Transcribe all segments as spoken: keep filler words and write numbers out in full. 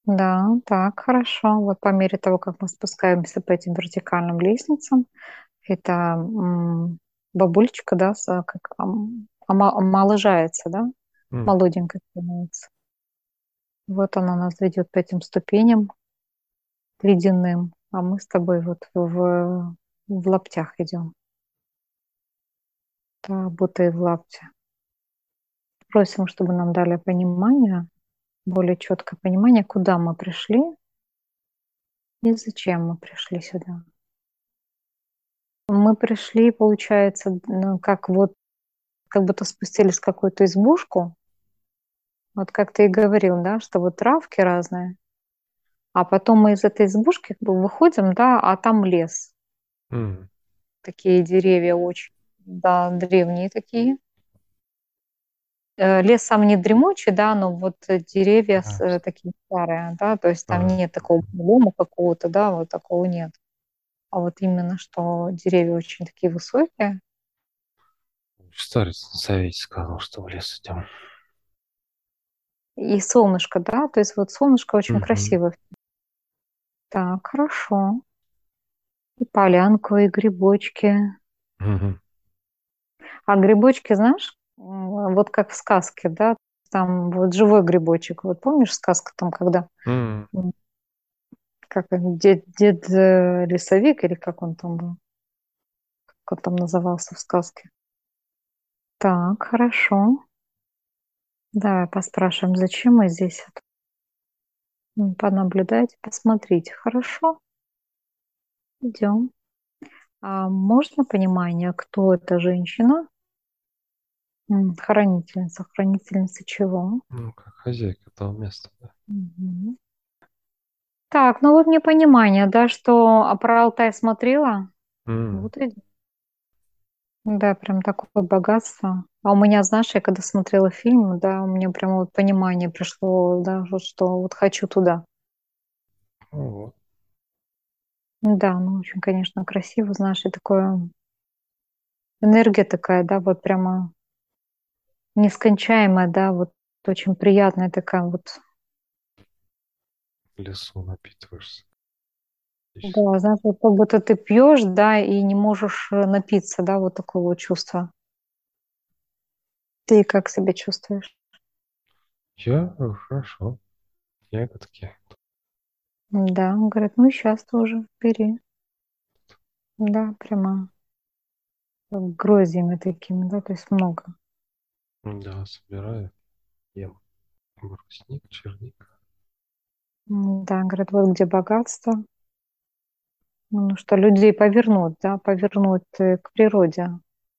Да, так, хорошо. Вот по мере того, как мы спускаемся по этим вертикальным лестницам, это м, бабулечка, да, с, а, как ам, ома- омоложается, да, М, молоденькая становится. Вот она нас ведет по этим ступеням ледяным, а мы с тобой вот в, в лаптях идем, да, будто и в лапте. Просим, чтобы нам дали понимание, более четкое понимание, куда мы пришли и зачем мы пришли сюда. Мы пришли, получается, ну, как вот, как будто спустились в какую-то избушку, вот как ты и говорил, да, что вот травки разные, а потом мы из этой избушки как бы выходим, да, а там лес, м, такие деревья очень, да, древние такие. Э, Лес сам не дремучий, да, но вот э, деревья с- э, ясно. такие старые, да, то есть там А, нет такого лома какого-то, да, вот такого нет. А вот именно что деревья очень такие высокие, Старец на совете сказал, что в лес идем. и солнышко, да, то есть вот солнышко очень Мгм, красиво. Так, хорошо. И полянку, и грибочки. мгм, А грибочки, знаешь, м, вот как в сказке, да, там вот живой грибочек. Вот помнишь сказку там, когда м. м, как он, дед, дед э, лесовик или как он там был, как он там назывался в сказке. Так, хорошо. Давай поспрашиваем, зачем мы здесь. М, Понаблюдайте, посмотрите. Хорошо, идем. А можно понимание, кто эта женщина? М, Хранительница. Хранительница чего? Ну, как хозяйка этого места, да. Мгм. Так, ну вот мне понимание, да, что а про Алтай смотрела? М, Вот и да, прям такое богатство. А у меня, знаешь, я когда смотрела фильм, да, у меня прям вот понимание пришло, да, вот что вот хочу туда. ну вот, Да, ну очень, конечно, красиво, знаешь, и такое энергия такая, да, вот прямо нескончаемая, да, вот очень приятная такая вот. в лесу напитываешься. Да, знаешь, вот как будто ты пьешь, да, и не можешь э, напиться, да, вот такое вот чувство. Ты как себя чувствуешь? Я э, хорошо. Ягодки. Да, он говорит, ну сейчас тоже бери. Да, прямо как гроздьями такими, да, то есть много. Да, собираю. Ем. Брусника, черника. М, Да, говорят, вот где богатство. Ну что, людей повернуть, да, повернуть э, к природе.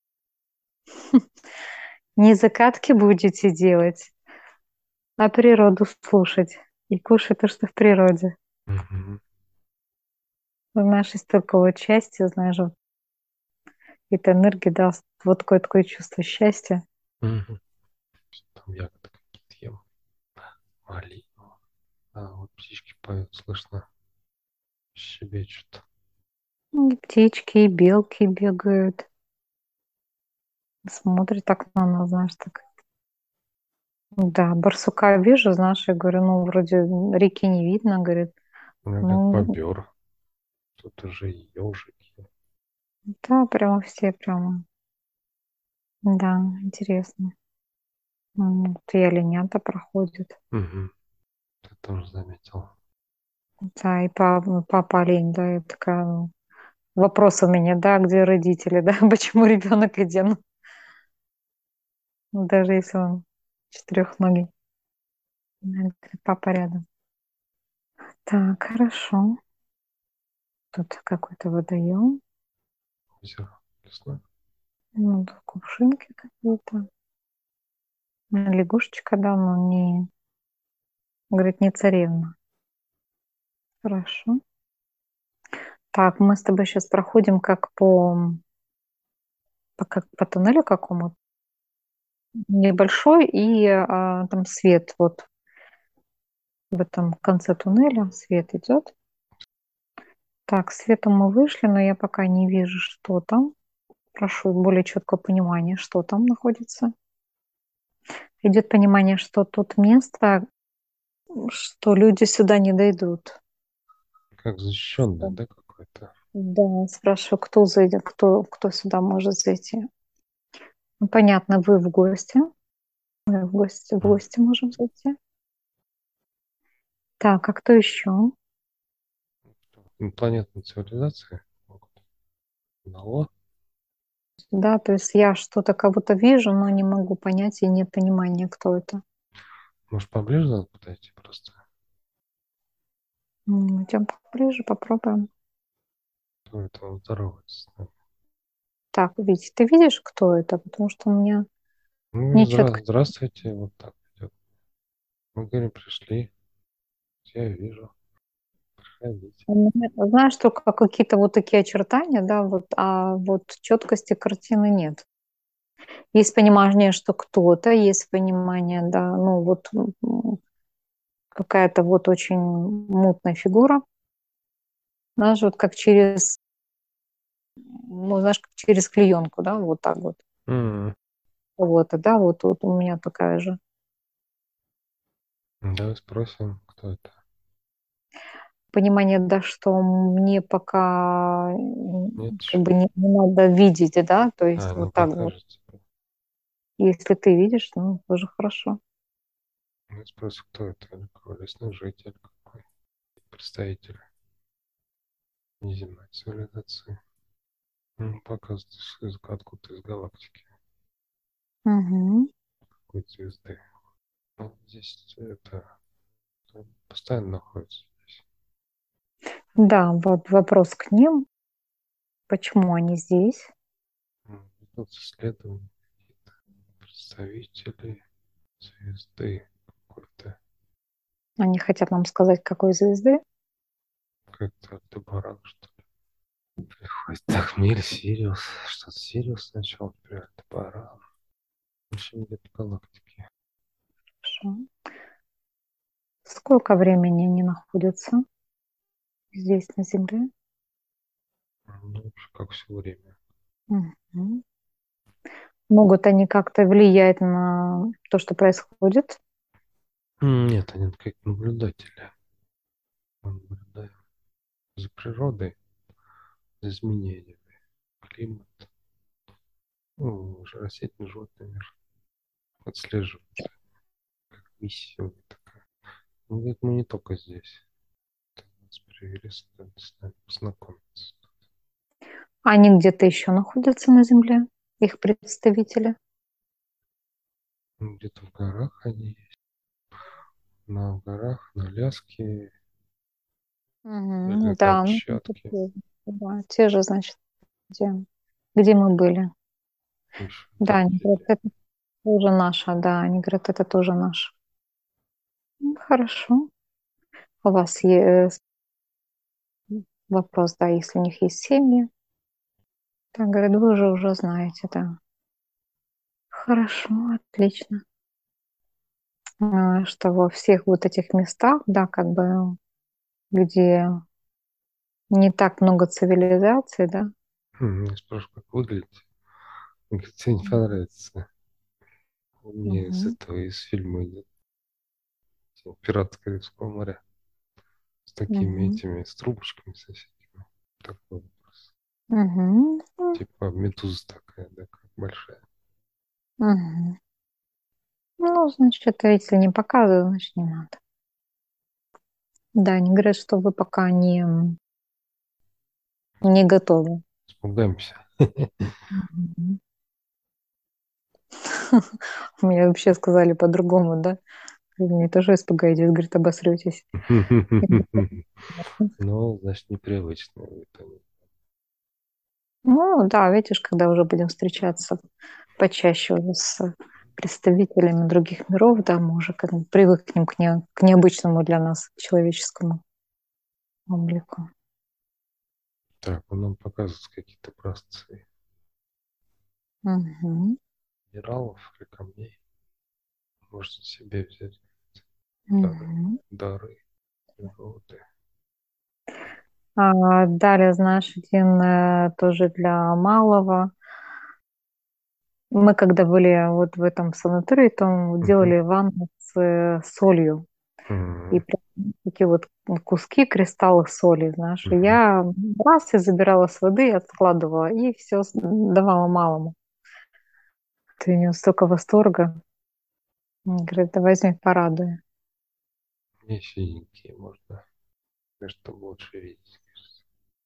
Не закатки будете делать, а природу слушать и кушать то, что в природе. Мгм, В нашей столько вот счастья, знаешь, вот эта энергия даст вот такое-такое чувство счастья. мгм. Там ягоды какие-то ем. Малину. А вот птички поют, слышно, щебечут. Ну, и птички, и белки бегают, смотрят так на нас, знаешь, так. Да, барсука вижу, знаешь, я говорю, ну, вроде реки не видно, говорит. Говорят, Ну, бобер. Тут уже ежики. да, прямо все прямо. Да, интересно. М, вот и оленята проходят. Угу. Ты тоже заметил. Да, и папа, папа олень, да, и такая, ну, вопрос у меня, да, где родители, да, почему ребенок один, ну, даже если он четырехногий. Да, говорит, папа рядом. Так, хорошо. Тут какой-то водоем, Озеро лесное. ну, тут кувшинки какие-то. Ну, лягушечка, да, но не, говорит, не царевна. Хорошо. Так, мы с тобой сейчас проходим как по, по, как по туннелю какому-то. Небольшой, и а, там свет вот в этом конце туннеля свет идет. Так, с светом мы вышли, но я пока не вижу, что там. Прошу более четкого понимания, что там находится. Идет понимание, что тут место, что люди сюда не дойдут. Как защищенное, да, какое-то? Да, спрашиваю, кто зайдет, кто, кто сюда может зайти. Ну, понятно, вы в гости. Мы в гости, в М. гости можем зайти. Так, а кто еще? Инопланетные цивилизации могут. Нало? Да, то есть я что-то кого-то вижу, но не могу понять, и нет понимания, кто это. Может, поближе надо подойти просто? М, Идем поближе, попробуем. Кто это он здоровается с нами? Так, Вить, ты видишь, кто это? Потому что у меня Ну, и здра- нечетко. здравствуйте, вот так идет. Мы говорим, пришли. Я вижу. Проходите. У меня, знаешь, только какие-то вот такие очертания, да, вот, а вот четкости картины нет. Есть понимание, что кто-то, есть понимание, да, ну вот м, какая-то вот очень мутная фигура, знаешь, вот как через, ну, знаешь, как через клеенку, да, вот так вот. М. Вот, да, вот, вот у меня такая же. Давай спросим, кто это. Понимание, да, что мне пока Нет м, как еще. бы не, не надо видеть, да, то есть А, вот не так вот. покажется. Если ты видишь, ну, тоже хорошо. Мы спросим, кто это. Или какой лесной житель, какой представитель неземной цивилизации. Ну, показывает из, откуда из галактики, Мгм. какой звезды. Ну, здесь это он постоянно находится здесь. Да, вот вопрос к ним, почему они здесь? М, Тут исследования, какие-то представители звезды какой-то, Они хотят нам сказать, какой звезды? как-то Альдебаран, что ли. Приходит так, мир, Сириус, что-то Сириус сначала, теперь Альдебаран. В общем, где-то в галактике. Хорошо. Сколько времени они находятся здесь, на Земле? Ну, вообще, как все время. Мгм. Могут они как-то влиять на то, что происходит? М, Нет, они как наблюдатели. Мы наблюдаем за природой, за изменениями. Климат, ну, уже растительный животный мир отслеживают. Миссия у них такая. Ну, говорит, мы не только здесь. Нас привели с с нами познакомиться. Они где-то еще находятся на Земле, их представители? Ну, где-то в горах они есть. На в горах, на Аляске или Мгм. Да, ну, это Камчатке. те, да, те же, значит, где, где мы были. Еще Да, там они говорят, где-то. это тоже наша, да, они говорят, это тоже наш. Ну, хорошо. У вас есть вопрос, да, если у них есть семьи. Так, говорят, вы уже уже знаете, да. Хорошо, отлично. А, Что во всех вот этих местах, да, как бы, где не так много цивилизаций, да. Хм, я спрашиваю, как выглядит. Он говорит, тебе не понравится. Мне из Мгм. этого, из фильма идет «Пираты Карибского моря». С такими Мгм. этими, с трубочками соседними. Такой вопрос. Мгм. Типа медуза такая, да, как большая. Мгм. Ну, значит, если не показывают, значит, не надо. Да, они говорят, что вы пока не, не готовы. Испугаемся. Мгм. Мне вообще сказали по-другому, да? Вы мне тоже испугаетесь, говорит, обосретесь. Ну, значит, непривычно. Это не- Ну, да, видишь, когда уже будем встречаться почаще уже с представителями других миров, да, мы уже как бы привыкнем к, не, к необычному для нас человеческому облику. Так, он нам показывает какие-то образцы Мгм. минералов или камней. Можно себе взять дары, Мгм. дары природы. А, далее, знаешь, один э, тоже для малого. Мы когда были вот в этом санатории, то Мгм. делали ванну с э, солью. И М, прям такие вот куски кристаллов соли, знаешь. И мгм. я раз и забирала с воды, откладывала, и все давала малому. Ты у него столько восторга. Он говорит, да возьми, порадуй. Мне синенькие можно. Чтобы лучше видеть, кажется.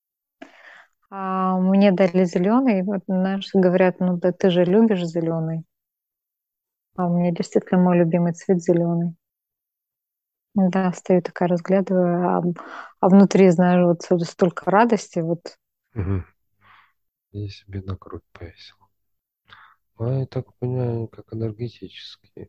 А мне дали зеленый, вот, знаешь, говорят, ну да ты же любишь зеленый. А у меня действительно мой любимый цвет зеленый. Да, стою такая, разглядываю, а, а внутри, знаешь, вот всё- столько радости, вот. Мгм. Я себе на грудь повесил. А я так понимаю, как энергетические.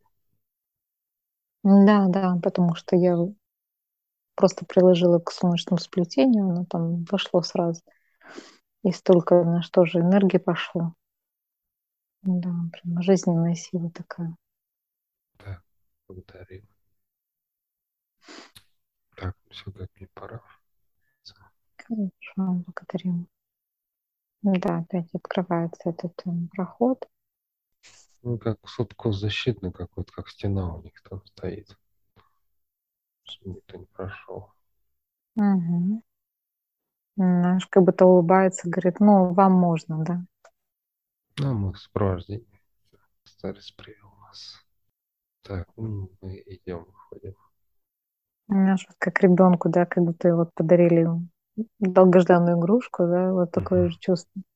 Да, да, потому что я просто приложила к солнечному сплетению, оно там вошло сразу. И столько, знаешь, тоже энергии пошло. Да, прям жизненная сила такая. Так, благодарю. Так, все, как мне пора. Хорошо, благодарим. Да, опять открывается этот м, проход. Ну, как защитный какой-то, как стена у них там стоит. Чтобы никто не прошел. Мгм. Знаешь, как будто улыбается, говорит, ну, вам можно, да. А мы в сопровождении. Старец привел нас. Так, ну, мы идем, выходим. Знаешь, вот как ребенку, да, как будто вот подарили долгожданную игрушку, да, вот такое Мгм. же чувство.